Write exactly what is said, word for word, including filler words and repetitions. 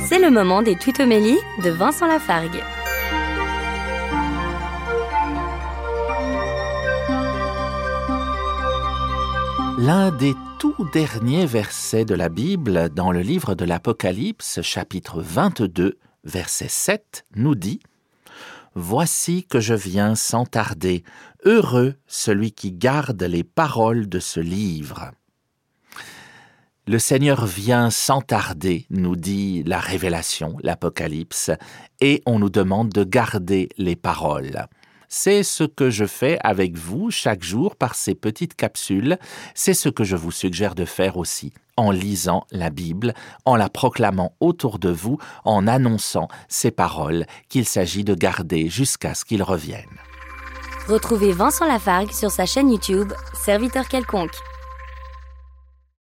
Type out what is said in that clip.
C'est le moment des tutomélies de Vincent Lafargue. L'un des tout derniers versets de la Bible dans le livre de l'Apocalypse, chapitre vingt-deux, verset sept, nous dit « Voici que je viens sans tarder, heureux celui qui garde les paroles de ce livre. » Le Seigneur vient sans tarder, nous dit la Révélation, l'Apocalypse, et on nous demande de garder les paroles. C'est ce que je fais avec vous chaque jour par ces petites capsules. C'est ce que je vous suggère de faire aussi, en lisant la Bible, en la proclamant autour de vous, en annonçant ces paroles qu'il s'agit de garder jusqu'à ce qu'ils reviennent. Retrouvez Vincent Lafargue sur sa chaîne YouTube, Serviteur quelconque.